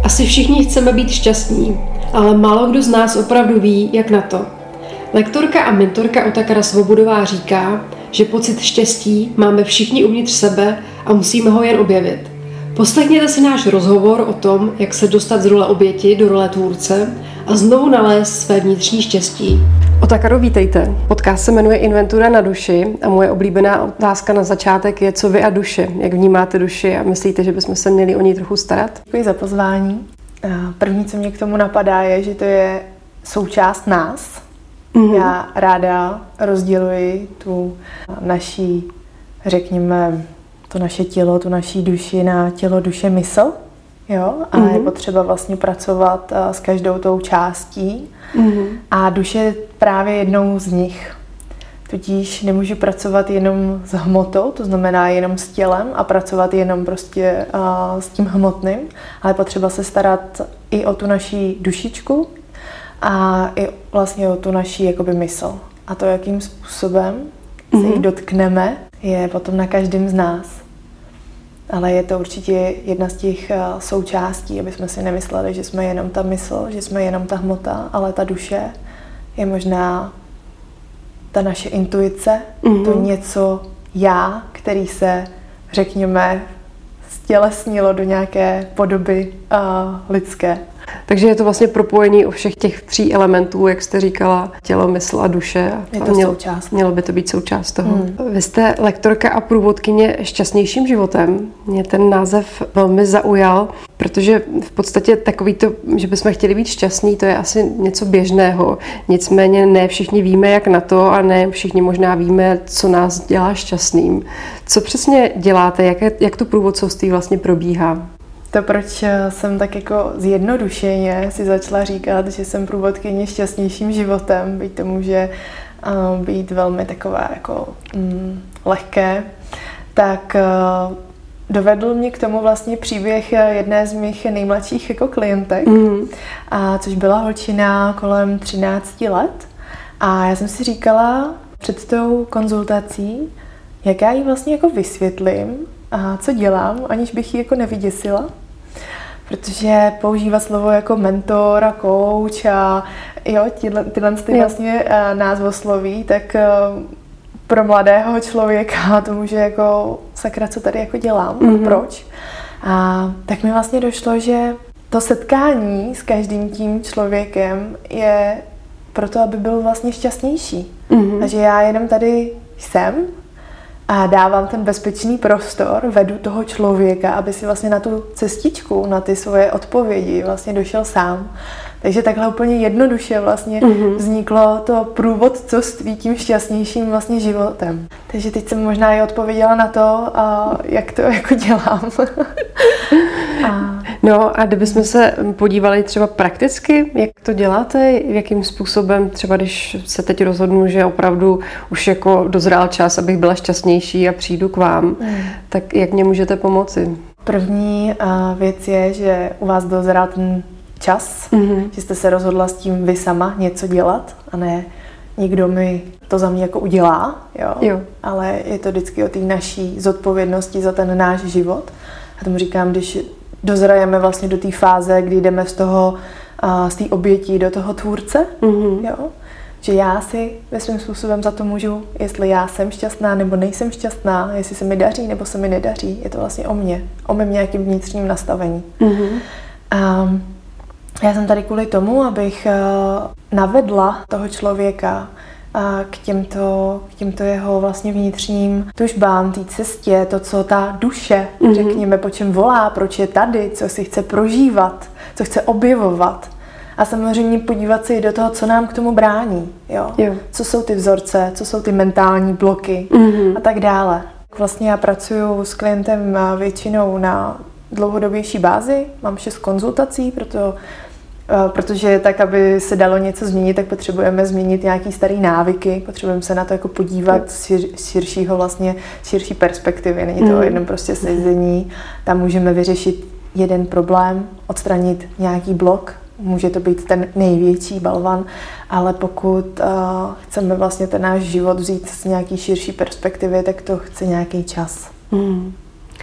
Asi všichni chceme být šťastní, ale málo kdo z nás opravdu ví, jak na to. Lektorka a mentorka Otakara Svobodová říká, že pocit štěstí máme všichni uvnitř sebe a musíme ho jen objevit. Poslechněte si náš rozhovor o tom, jak se dostat z role oběti do role tvůrce a znovu nalézt své vnitřní štěstí. Otakaro, vítejte. Podcast se jmenuje Inventura na duši a moje oblíbená otázka na začátek je, co vy a duše? Jak vnímáte duši a myslíte, že bychom se měli o ní trochu starat? Děkuji za pozvání. První, co mě k tomu napadá, je, že to je součást nás. Já ráda rozděluji tu naší, řekněme, to naše tělo, tu naší duši na tělo, duše, mysl. Jo? A je potřeba vlastně pracovat s každou tou částí. A duše je právě jednou z nich. Tudíž nemůžu pracovat jenom s hmotou, to znamená jenom s tělem a pracovat jenom prostě s tím hmotným, ale potřeba se starat i o tu naší dušičku a i vlastně o tu naší jakoby mysl. A to, jakým způsobem se jí dotkneme, je potom na každém z nás. Ale je to určitě jedna z těch součástí, aby jsme si nemysleli, že jsme jenom ta mysl, že jsme jenom ta hmota, ale ta duše je možná ta naše intuice, to něco já, který se, řekněme, stělesnilo do nějaké podoby lidské. Takže je to vlastně propojení u všech těch 3 elementů, jak jste říkala, tělo, mysl a duše. Je to součást. Mělo by to být součást toho. Vy jste lektorka a průvodkyně šťastnějším životem. Mě ten název velmi zaujal, protože v podstatě takový to, že bychom chtěli být šťastní, to je asi něco běžného. Nicméně ne všichni víme, jak na to a ne všichni možná víme, co nás dělá šťastným. Co přesně děláte? Jak to průvodcovství vlastně probíhá? To, proč jsem tak jako zjednodušeně si začala říkat, že jsem průvodkyně šťastnějším životem, byť to může být velmi takové jako lehké, tak dovedl mě k tomu vlastně příběh jedné z mých nejmladších jako klientek, což byla holčina kolem 13 let. A já jsem si říkala před tou konzultací, jak já jí vlastně jako vysvětlím, a co dělám, aniž bych ji jako nevyděsila. Protože používat slovo jako mentor a coach a jo, tyhle vlastně názvosloví, tak pro mladého člověka to může jako sakra, co tady jako dělám, proč. A tak mi vlastně došlo, že to setkání s každým tím člověkem je proto, aby byl vlastně šťastnější. A že já jenom tady jsem a dávám ten bezpečný prostor, vedu toho člověka, aby si vlastně na tu cestičku, na ty svoje odpovědi vlastně došel sám. Takže takhle úplně jednoduše vlastně vzniklo to průvodcovství tím šťastnějším vlastně životem. Takže teď jsem možná i odpověděla na to, jak to jako dělám. No a kdybychom se podívali třeba prakticky, jak to děláte, jakým způsobem, třeba když se teď rozhodnu, že opravdu už jako dozrál čas, abych byla šťastnější a přijdu k vám, tak jak mě můžete pomoci? První věc je, že u vás dozrál ten čas, že jste se rozhodla s tím vy sama něco dělat a ne někdo mi to za mě jako udělá, jo. Ale je to vždycky o té naší zodpovědnosti za ten náš život. A tomu říkám, když dozrajeme vlastně do té fáze, kdy jdeme z té oběti do toho tvůrce, jo? Že já si ve svým způsobem za to můžu, jestli já jsem šťastná nebo nejsem šťastná, jestli se mi daří nebo se mi nedaří. Je to vlastně o mém nějakým vnitřním nastavení. Já jsem tady kvůli tomu, abych navedla toho člověka k těmto jeho vlastně vnitřním tužbám, té cestě, to, co ta duše, řekněme, po čem volá, proč je tady, co si chce prožívat, co chce objevovat. A samozřejmě podívat se i do toho, co nám k tomu brání. Jo? Co jsou ty vzorce, co jsou ty mentální bloky a tak dále. Vlastně já pracuji s klientem většinou na dlouhodobější bázi, mám 6 konzultací, protože tak, aby se dalo něco změnit, tak potřebujeme změnit nějaký starý návyky, potřebujeme se na to jako podívat z širší perspektivy. Není to jenom prostě sezení, tam můžeme vyřešit jeden problém, odstranit nějaký blok, může to být ten největší balvan, ale pokud chceme vlastně ten náš život vzít z nějaký širší perspektivy, tak to chce nějaký čas.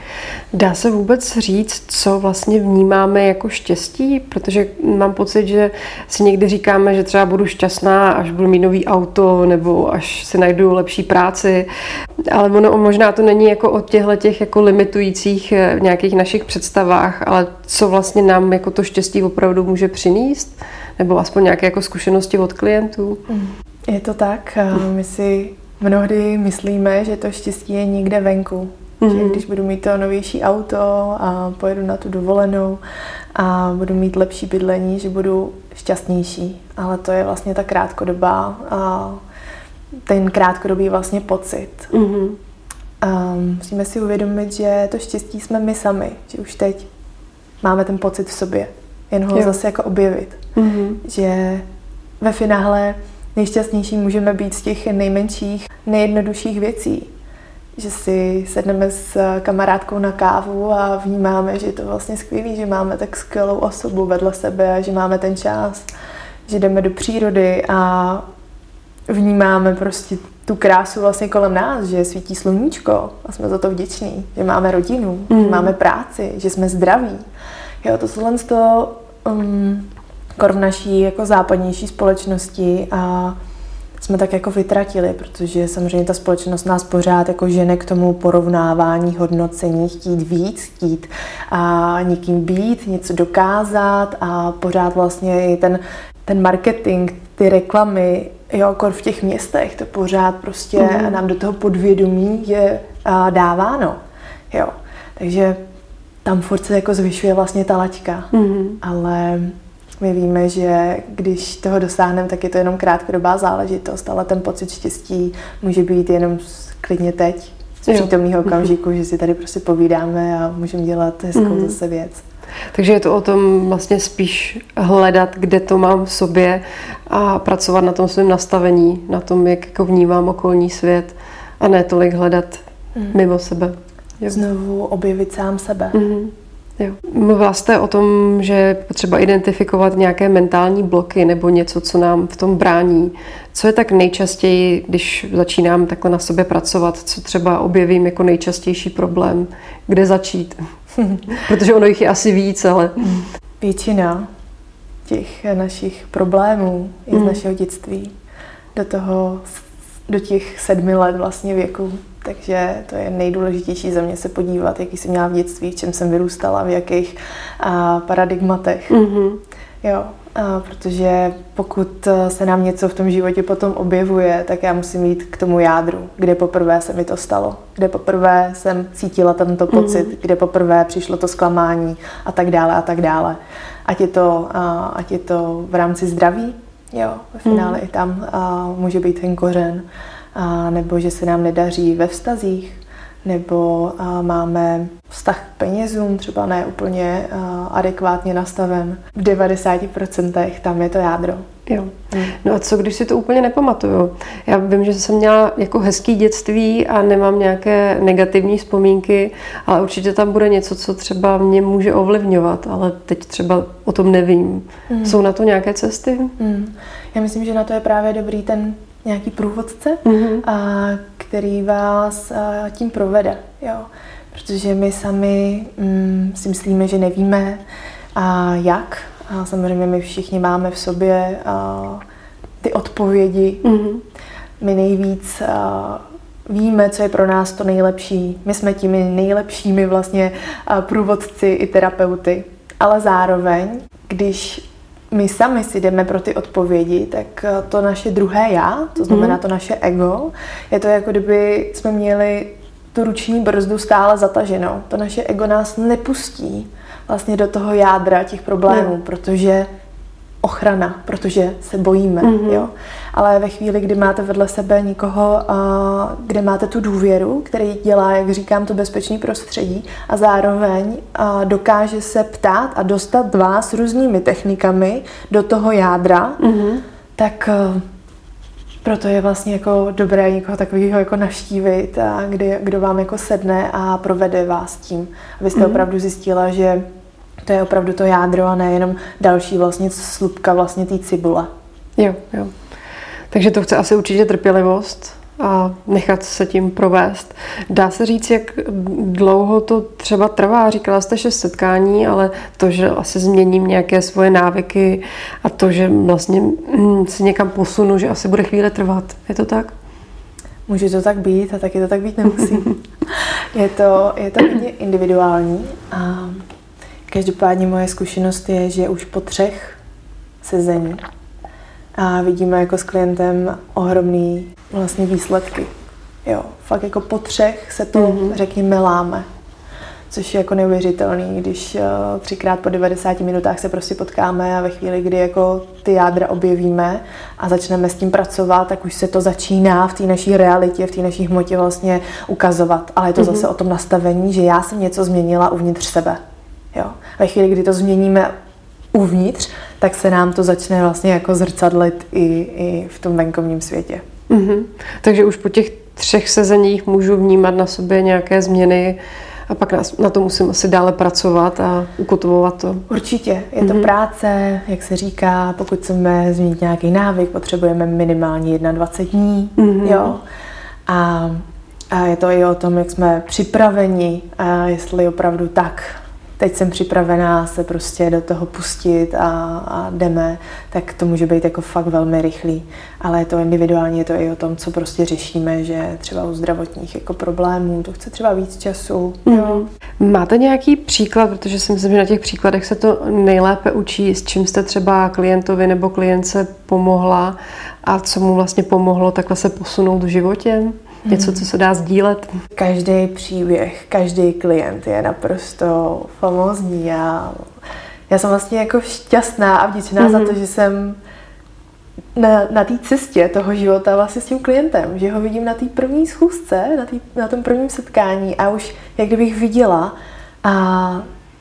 Dá se vůbec říct, co vlastně vnímáme jako štěstí? Protože mám pocit, že si někdy říkáme, že třeba budu šťastná, až budu mít nový auto nebo až si najdu lepší práci. Ale možná to není jako o těch jako limitujících nějakých našich představách, ale co vlastně nám jako to štěstí opravdu může přinést? Nebo aspoň nějaké jako zkušenosti od klientů? Je to tak. My si mnohdy myslíme, že to štěstí je někde venku. Že když budu mít to novější auto a pojedu na tu dovolenou a budu mít lepší bydlení, že budu šťastnější. Ale to je vlastně ta krátkodobá, ten krátkodobý vlastně pocit. Musíme si uvědomit, že to štěstí jsme my sami, že už teď máme ten pocit v sobě. Jen ho zase jako objevit. Že ve finále nejšťastnější můžeme být z těch nejmenších, nejjednodušších věcí. Že si sedneme s kamarádkou na kávu a vnímáme, že je to vlastně skvělý, že máme tak skvělou osobu vedle sebe a že máme ten čas, že jdeme do přírody a vnímáme prostě tu krásu vlastně kolem nás, že svítí sluníčko a jsme za to vděční, že máme rodinu, že máme práci, že jsme zdraví. Jo, to tohle v naší jako západnější společnosti a jsme tak jako vytratili, protože samozřejmě ta společnost nás pořád jako žene k tomu porovnávání, hodnocení, chtít víc, chtít a někým být, něco dokázat a pořád vlastně i ten marketing, ty reklamy, jo, jako v těch městech, to pořád prostě nám do toho podvědomí je dáváno, jo. Takže tam furt se jako zvyšuje vlastně ta laťka, ale my víme, že když toho dosáhneme, tak je to jenom krátkodobá záležitost, ale ten pocit štěstí může být jenom klidně teď, z přítomného okamžiku, že si tady prostě povídáme a můžeme dělat hezkou zase věc. Takže je to o tom vlastně spíš hledat, kde to mám v sobě a pracovat na tom svém nastavení, na tom, jak jako vnímám okolní svět a ne tolik hledat mimo sebe. Jo. Znovu objevit sám sebe. Jo. Mluvila jste o tom, že je potřeba identifikovat nějaké mentální bloky nebo něco, co nám v tom brání. Co je tak nejčastěji, když začínám takhle na sobě pracovat, co třeba objevím jako nejčastější problém, kde začít? Protože ono jich je asi víc, ale... Většina těch našich problémů je z našeho dětství. Do těch 7 let vlastně věku. Takže to je nejdůležitější za mě se podívat, jaký jsem měla v dětství, v čem jsem vyrůstala, v jakých paradigmatech. Jo, protože pokud se nám něco v tom životě potom objevuje, tak já musím jít k tomu jádru, kde poprvé se mi to stalo, kde poprvé jsem cítila tento pocit, kde poprvé přišlo to zklamání a tak dále a tak dále. Ať je to v rámci zdraví, jo, ve finále i tam může být ten kořen. Nebo že se nám nedaří ve vztazích, nebo máme vztah k penězům, třeba ne úplně adekvátně nastaven. V 90% tam je to jádro. Jo. No a co, když si to úplně nepamatuju? Já vím, že jsem měla jako hezký dětství a nemám nějaké negativní vzpomínky, ale určitě tam bude něco, co třeba mě může ovlivňovat, ale teď třeba o tom nevím. Jsou na to nějaké cesty? Já myslím, že na to je právě dobrý ten nějaký průvodce, který vás tím provede. Jo. Protože my sami si myslíme, že nevíme jak. A samozřejmě my všichni máme v sobě ty odpovědi. My nejvíc víme, co je pro nás to nejlepší. My jsme těmi nejlepšími vlastně průvodci i terapeuty. Ale zároveň, když my sami si jdeme pro ty odpovědi, tak to naše druhé já, to znamená to naše ego, je to jako kdyby jsme měli tu ruční brzdu stále zataženou. To naše ego nás nepustí vlastně do toho jádra těch problémů, protože ochrana, protože se bojíme. Jo? Ale ve chvíli, kdy máte vedle sebe někoho, kde máte tu důvěru, který dělá, jak říkám, to bezpečné prostředí a zároveň dokáže se ptát a dostat vás různými technikami do toho jádra, tak proto je vlastně jako dobré někoho takového jako navštívit, kdo vám jako sedne a provede vás tím. Abyste opravdu zjistila, že to je opravdu to jádro a ne jenom další vlastně slupka vlastně té cibule. Jo. Takže to chce asi určitě trpělivost a nechat se tím provést. Dá se říct, jak dlouho to třeba trvá? Říkala jste 6 setkání, ale to, že asi změním nějaké svoje návyky a to, že vlastně si někam posunu, že asi bude chvíli trvat. Je to tak? Může to tak být a taky to tak být nemusí. Je to hodně individuální a každopádně moje zkušenost je, že už po 3 sezení a vidíme jako s klientem ohromný vlastně výsledky. Jo, fakt jako po 3 se to, řekněme, láme. Což je jako neuvěřitelný, když 3krát po 90 minutách se prostě potkáme a ve chvíli, kdy jako ty jádra objevíme a začneme s tím pracovat, tak už se to začíná v té naší realitě, v té naší hmotě vlastně ukazovat. Ale je to zase o tom nastavení, že já jsem něco změnila uvnitř sebe. Jo. Ve chvíli, kdy to změníme uvnitř, tak se nám to začne vlastně jako zrcadlit i v tom venkovním světě. Takže už po těch 3 sezeních můžu vnímat na sobě nějaké změny a pak na to musím asi dále pracovat a ukotvovat to. Určitě. Je to práce, jak se říká, pokud chceme změnit nějaký návyk, potřebujeme minimálně 21 dní. Jo? A je to i o tom, jak jsme připraveni a jestli opravdu tak teď jsem připravená se prostě do toho pustit a jdeme, tak to může být jako fakt velmi rychlý. Ale je to individuálně, je to i o tom, co prostě řešíme, že třeba u zdravotních jako problémů, to chce třeba víc času. Jo. Máte nějaký příklad, protože si myslím, že na těch příkladech se to nejlépe učí, s čím jste třeba klientovi nebo klientce pomohla a co mu vlastně pomohlo takhle se posunout v životě? Něco, co se dá sdílet? Každý příběh, každý klient je naprosto famózní. Já jsem vlastně jako šťastná a vděčná za to, že jsem na té cestě toho života vlastně s tím klientem, že ho vidím na té první schůzce, na tom prvním setkání a už jak kdybych viděla, a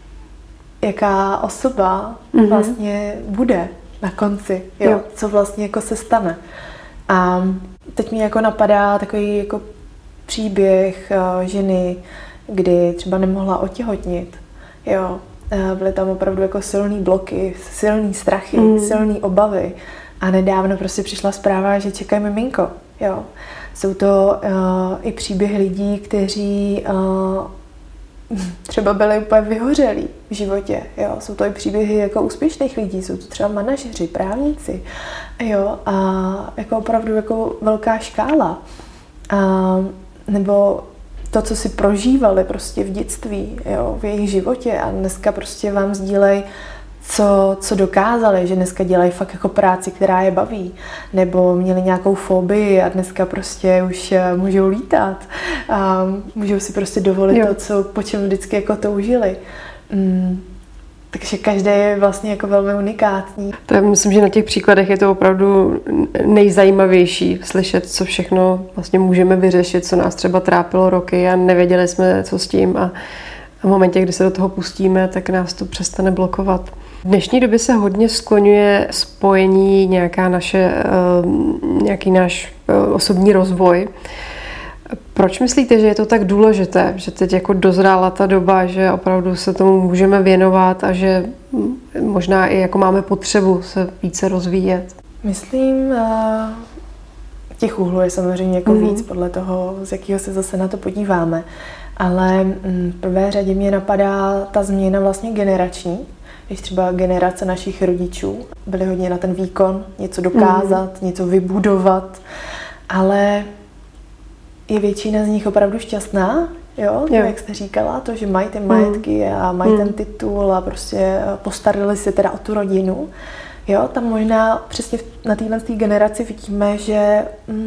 jaká osoba vlastně bude na konci, jo, co vlastně jako se stane. A teď mi jako napadá takový jako příběh ženy, kdy třeba nemohla otěhotnit. Jo. Byly tam opravdu jako silný bloky, silný strachy, silný obavy. A nedávno prostě přišla zpráva, že čekají miminko. Jo. Jsou to i příběhy lidí, kteří třeba byli úplně vyhořelí v životě. Jo. Jsou to i příběhy jako úspěšných lidí, jsou to třeba manažeři, právníci. Jo. A jako opravdu jako velká škála. Nebo to, co si prožívali prostě v dětství, jo, v jejich životě a dneska prostě vám sdílej, co dokázali, že dneska dělají fakt jako práci, která je baví, nebo měli nějakou fobii a dneska prostě už můžou lítat a můžou si prostě dovolit to, po čem vždycky jako toužili. Takže každý je vlastně jako velmi unikátní. To myslím, že na těch příkladech je to opravdu nejzajímavější slyšet, co všechno vlastně můžeme vyřešit, co nás třeba trápilo roky a nevěděli jsme, co s tím a v momentě, kdy se do toho pustíme, tak nás to přestane blokovat. V dnešní době se hodně skloňuje spojení, nějaký náš osobní rozvoj. Proč myslíte, že je to tak důležité, že teď jako dozrála ta doba, že opravdu se tomu můžeme věnovat a že možná i jako máme potřebu se více rozvíjet? Myslím, těch úhlů je samozřejmě jako víc podle toho, z jakého se zase na to podíváme. Ale v prvé řadě mě napadá ta změna vlastně generační. Když třeba generace našich rodičů byly hodně na ten výkon, něco dokázat, něco vybudovat, ale je většina z nich opravdu šťastná, jo? Jak jste říkala, to, že mají ty majetky a mají ten titul a prostě postarali se teda o tu rodinu. Jo? Tam možná přesně na téhle generaci vidíme, že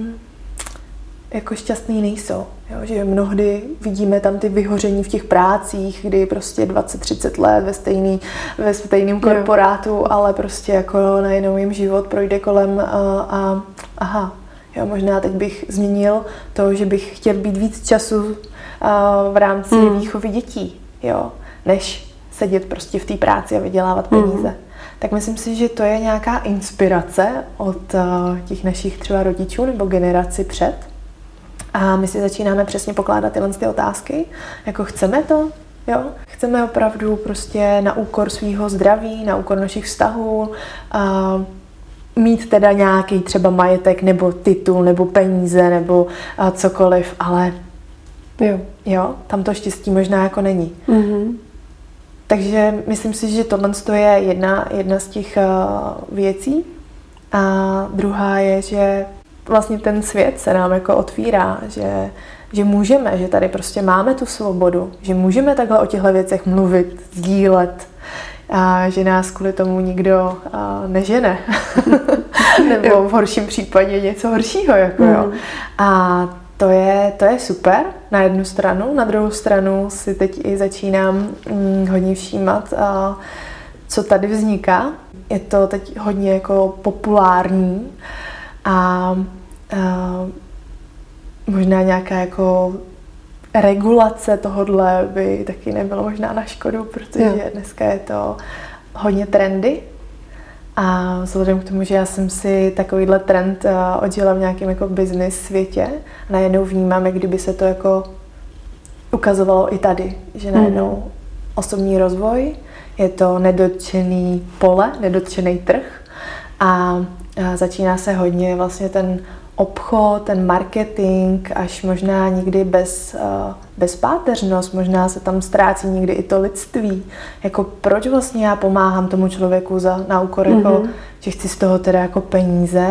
jako šťastný nejsou. Jo? Že mnohdy vidíme tam ty vyhoření v těch prácích, kdy prostě 20-30 let ve stejném korporátu, ale prostě jako najednou jim život projde kolem a aha, jo, možná teď bych změnil to, že bych chtěl být víc času v rámci výchovy dětí, jo, než sedět prostě v té práci a vydělávat peníze. Tak myslím si, že to je nějaká inspirace od těch našich třeba rodičů nebo generaci před. A my si začínáme přesně pokládat tyhle ty otázky, jako chceme to, jo? Chceme opravdu prostě na úkor svýho zdraví, na úkor našich vztahů, mít teda nějaký třeba majetek nebo titul nebo peníze nebo cokoliv, ale jo, tam to štěstí možná jako není. Takže myslím si, že tohle je jedna z těch věcí. A druhá je, že vlastně ten svět se nám jako otvírá, že můžeme, že tady prostě máme tu svobodu, že můžeme takhle o těchto věcech mluvit, sdílet, a že nás kvůli tomu nikdo nežene. Nebo v horším případě něco horšího. Jako, jo. A to je super na jednu stranu. Na druhou stranu si teď i začínám hodně všímat, co tady vzniká. Je to teď hodně jako populární a možná nějaká jako regulace tohodle by taky nebylo možná na škodu, protože dneska je to hodně trendy. A vzhledem k tomu, že já jsem si takovýhle trend odžila v nějakém jako business světě, najednou vnímám, jak kdyby se to jako ukazovalo i tady, že najednou osobní rozvoj, je to nedotčený pole, nedotčený trh a začíná se hodně vlastně ten obchod, ten marketing, až možná někdy bezpáteřnost, možná se tam ztrácí někdy i to lidství. Jako proč vlastně já pomáhám tomu člověku na úkor, jako, že chci z toho teda jako peníze,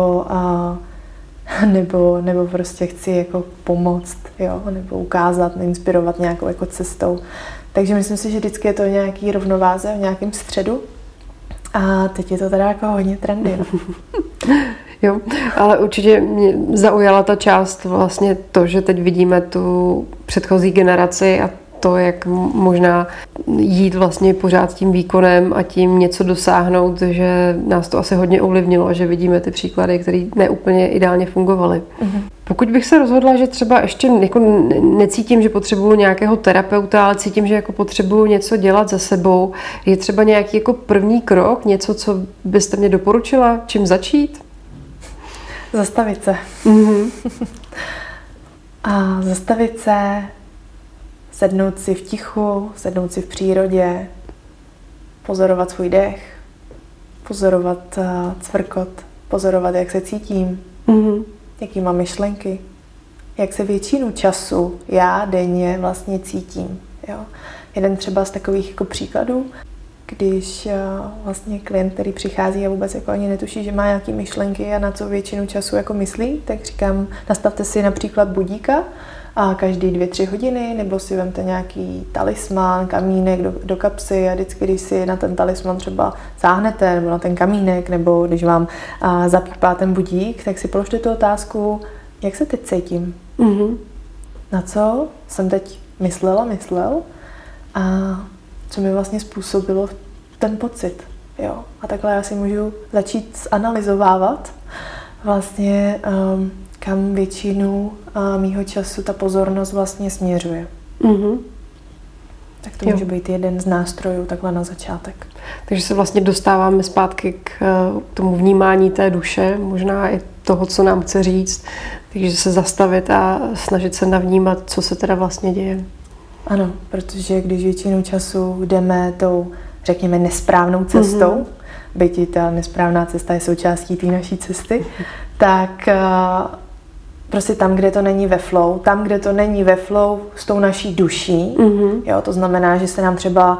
nebo prostě chci jako pomoct, jo, nebo ukázat, inspirovat nějakou jako cestou. Takže myslím si, že vždycky je to nějaký rovnováze v nějakém středu a teď je to teda jako hodně trendy. Jo, ale určitě mě zaujala ta část vlastně to, že teď vidíme tu předchozí generaci a to, jak možná jít vlastně pořád tím výkonem a tím něco dosáhnout, že nás to asi hodně ovlivnilo a že vidíme ty příklady, které neúplně ideálně fungovaly. Pokud bych se rozhodla, že třeba ještě jako necítím, že potřebuju nějakého terapeuta, ale cítím, že jako potřebuju něco dělat za sebou, je třeba nějaký jako první krok, něco, co byste mě doporučila, čím začít? Zastavit se. A zastavit se, sednout si v tichu, sednout si v přírodě, pozorovat svůj dech, pozorovat cvrkot, pozorovat, jak se cítím, jaký mám myšlenky, jak se většinu času já denně vlastně cítím. Jo? Jeden třeba z takových jako příkladů, když vlastně klient, který přichází a vůbec jako ani netuší, že má nějaké myšlenky a na co většinu času jako myslí, tak říkám, nastavte si například budíka a každý 2-3 hodiny, nebo si vemte nějaký talisman, kamínek do kapsy a vždycky, když si na ten talisman třeba sáhnete, nebo na ten kamínek, nebo když vám zapípá ten budík, tak si položte tu otázku, jak se teď cítím? Na co jsem teď myslel a co mi vlastně způsobilo ten pocit. Jo? A takhle já si můžu začít zanalyzovávat vlastně, kam většinu mýho času ta pozornost vlastně směřuje. Tak to může být jeden z nástrojů takhle na začátek. Takže se vlastně dostáváme zpátky k tomu vnímání té duše, možná i toho, co nám chce říct. Takže se zastavit a snažit se navnímat, co se teda vlastně děje. Ano, protože když většinu času jdeme tou, řekněme, nesprávnou cestou, byť i ta nesprávná cesta je součástí té naší cesty, tak prostě tam, kde to není ve flow s tou naší duší, jo, to znamená, že se nám třeba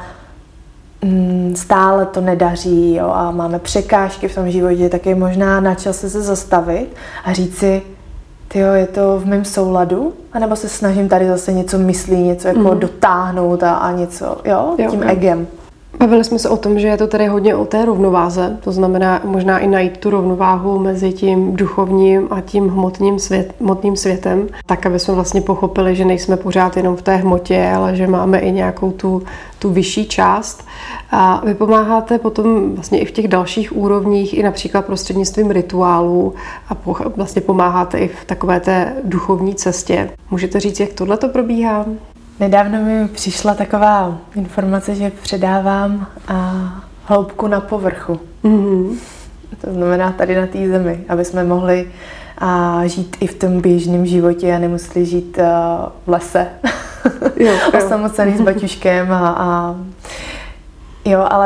stále to nedaří, jo, a máme překážky v tom životě, tak je možná na čase se zastavit a říct si, tyjo, je to v mém souladu, anebo se snažím tady zase něco myslí, něco jako dotáhnout a něco, jo, tím egem. Bavili jsme se o tom, že je to tady hodně o té rovnováze, to znamená možná i najít tu rovnováhu mezi tím duchovním a tím hmotným světem, tak, aby jsme vlastně pochopili, že nejsme pořád jenom v té hmotě, ale že máme i nějakou tu vyšší část. A vy pomáháte potom vlastně i v těch dalších úrovních, i například prostřednictvím rituálů a vlastně pomáháte i v takové té duchovní cestě. Můžete říct, jak tohle to probíhá? Nedávno mi přišla taková informace, že předávám hloubku na povrchu. To znamená tady na té zemi, aby jsme mohli žít i v tom běžném životě a nemuseli žít v lese. Osamocený s baťuškem jo, ale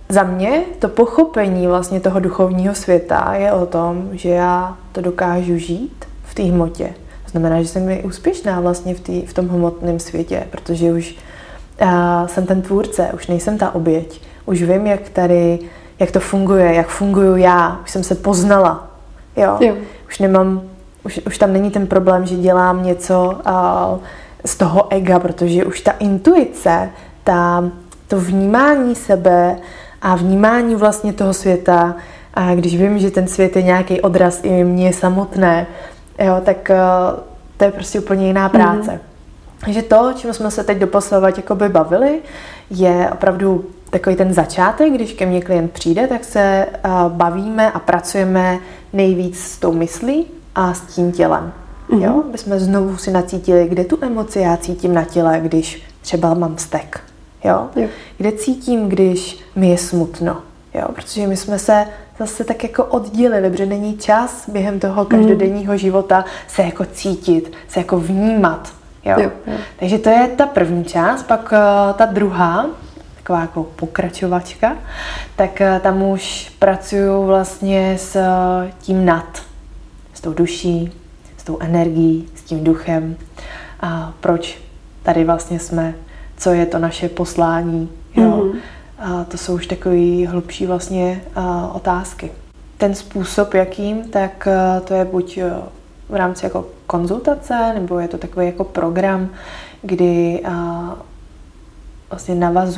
za mě to pochopení vlastně toho duchovního světa je o tom, že já to dokážu žít v té hmotě. To znamená, že jsem i úspěšná vlastně v tom hmotném světě, protože už jsem ten tvůrce, už nejsem ta oběť. Už vím, jak to funguje, jak funguju já, už jsem se poznala. Jo. Už tam není ten problém, že dělám něco z toho ega, protože už ta intuice, to vnímání sebe a vnímání vlastně toho světa, a když vím, že ten svět je nějaký odraz i mě samotné, jo, tak to je prostě úplně jiná práce. Takže to, čím jsme se teď doposavad jakoby bavili, je opravdu takový ten začátek, když ke mně klient přijde, tak se bavíme a pracujeme nejvíc s tou myslí a s tím tělem. Jo? Aby jsme znovu si nacítili, kde tu emoci já cítím na těle, když třeba mám vztek. Jo? Kde cítím, když mi je smutno. Jo? Protože my jsme se zase tak jako oddělili, protože není čas během toho každodenního života se jako cítit, se jako vnímat. Jo? Takže to je ta první část, pak ta druhá, taková jako pokračovačka, tak tam už pracuju vlastně s tím nad, s tou duší, s tou energií, s tím duchem. A proč tady vlastně jsme, co je to naše poslání. Jo? A to jsou už takové hlubší vlastně otázky. Ten způsob, jakým, tak to je buď v rámci jako konzultace, nebo je to takový jako program, kdy vlastně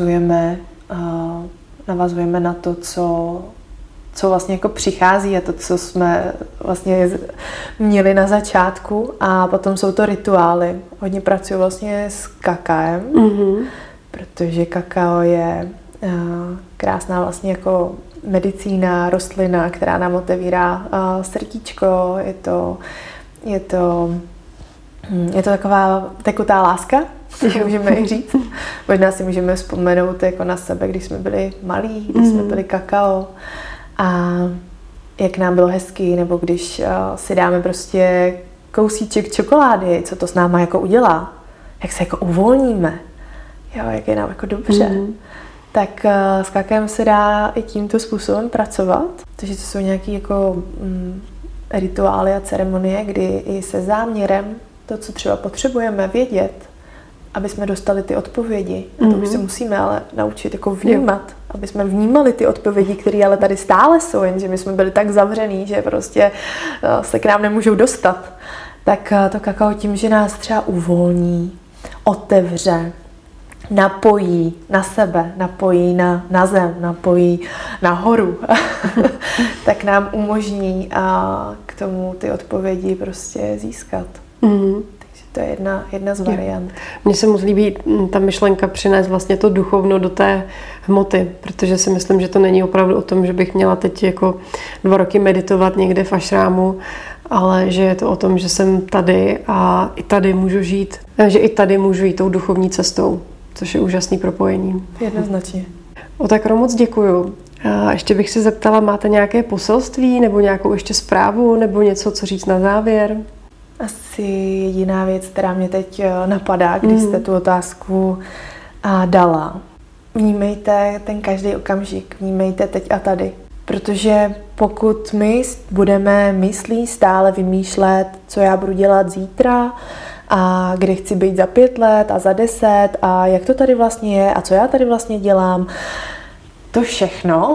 navazujeme na to, co vlastně jako přichází a to, co jsme vlastně měli na začátku, a potom jsou to rituály. Hodně pracuji vlastně s kakaem, protože kakao je krásná vlastně jako medicína, rostlina, která nám otevírá srdíčko, je to taková tekutá láska, můžeme i říct. Možná si můžeme vzpomenout jako na sebe, když jsme byli malí, když jsme byli kakao a jak nám bylo hezký, nebo když si dáme prostě kousíček čokolády, co to s náma jako udělá, jak se jako uvolníme, jo, jak je nám jako dobře. Tak s kakaem se dá i tímto způsobem pracovat. Takže to jsou nějaké jako rituály a ceremonie, kdy i se záměrem to, co třeba potřebujeme vědět, aby jsme dostali ty odpovědi. A to už se musíme ale naučit jako vnímat, aby jsme vnímali ty odpovědi, které ale tady stále jsou, jenže my jsme byli tak zavřený, že prostě se k nám nemůžou dostat. Tak to kakao tím, že nás třeba uvolní, otevře, napojí na sebe, napojí na zem, napojí nahoru, tak nám umožní k tomu ty odpovědi prostě získat. Takže to je jedna z variant. Mně se moc líbí ta myšlenka přinést vlastně to duchovno do té hmoty, protože si myslím, že to není opravdu o tom, že bych měla teď jako 2 roky meditovat někde v ašrámu, ale že je to o tom, že jsem tady a i tady můžu žít, že i tady můžu jít tou duchovní cestou, což je úžasný propojení. Jednoznačně. Otakaro, moc děkuju. A ještě bych se zeptala, máte nějaké poselství nebo nějakou ještě zprávu nebo něco, co říct na závěr? Asi jediná věc, která mě teď napadá, když jste tu otázku dala. Vnímejte ten každý okamžik, vnímejte teď a tady. Protože pokud my budeme myslí stále vymýšlet, co já budu dělat zítra, a kde chci být za 5 let a za 10 a jak to tady vlastně je a co já tady vlastně dělám, to všechno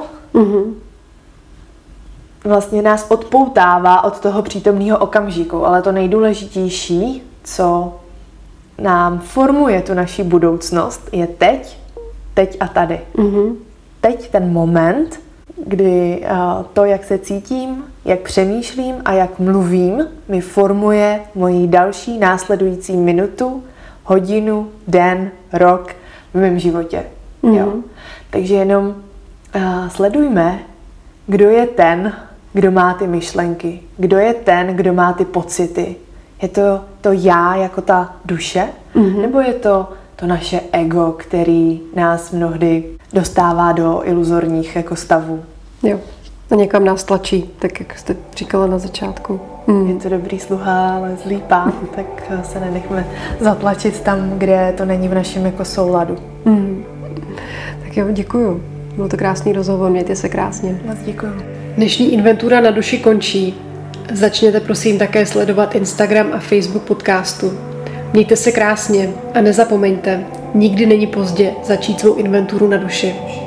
vlastně nás odpoutává od toho přítomného okamžiku, ale to nejdůležitější, co nám formuje tu naši budoucnost, je teď a tady. Teď ten moment, kdy to, jak se cítím, jak přemýšlím a jak mluvím, mi formuje moji další následující minutu, hodinu, den, rok v mém životě. Jo? Takže jenom sledujme, kdo je ten, kdo má ty myšlenky, kdo je ten, kdo má ty pocity. Je to já jako ta duše, nebo je to naše ego, který nás mnohdy dostává do iluzorních jako stavů. Jo. A někam nás tlačí, tak jak jste říkala na začátku. Je to dobrý sluha, ale zlý pán, tak se nenechme zatlačit tam, kde to není v našem jako souladu. Tak jo, děkuju. Byl to krásný rozhovor, mějte se krásně. Moc děkuju. Dnešní inventura na duši končí. Začněte prosím také sledovat Instagram a Facebook podcastu. Mějte se krásně a nezapomeňte, nikdy není pozdě začít svou inventuru na duši.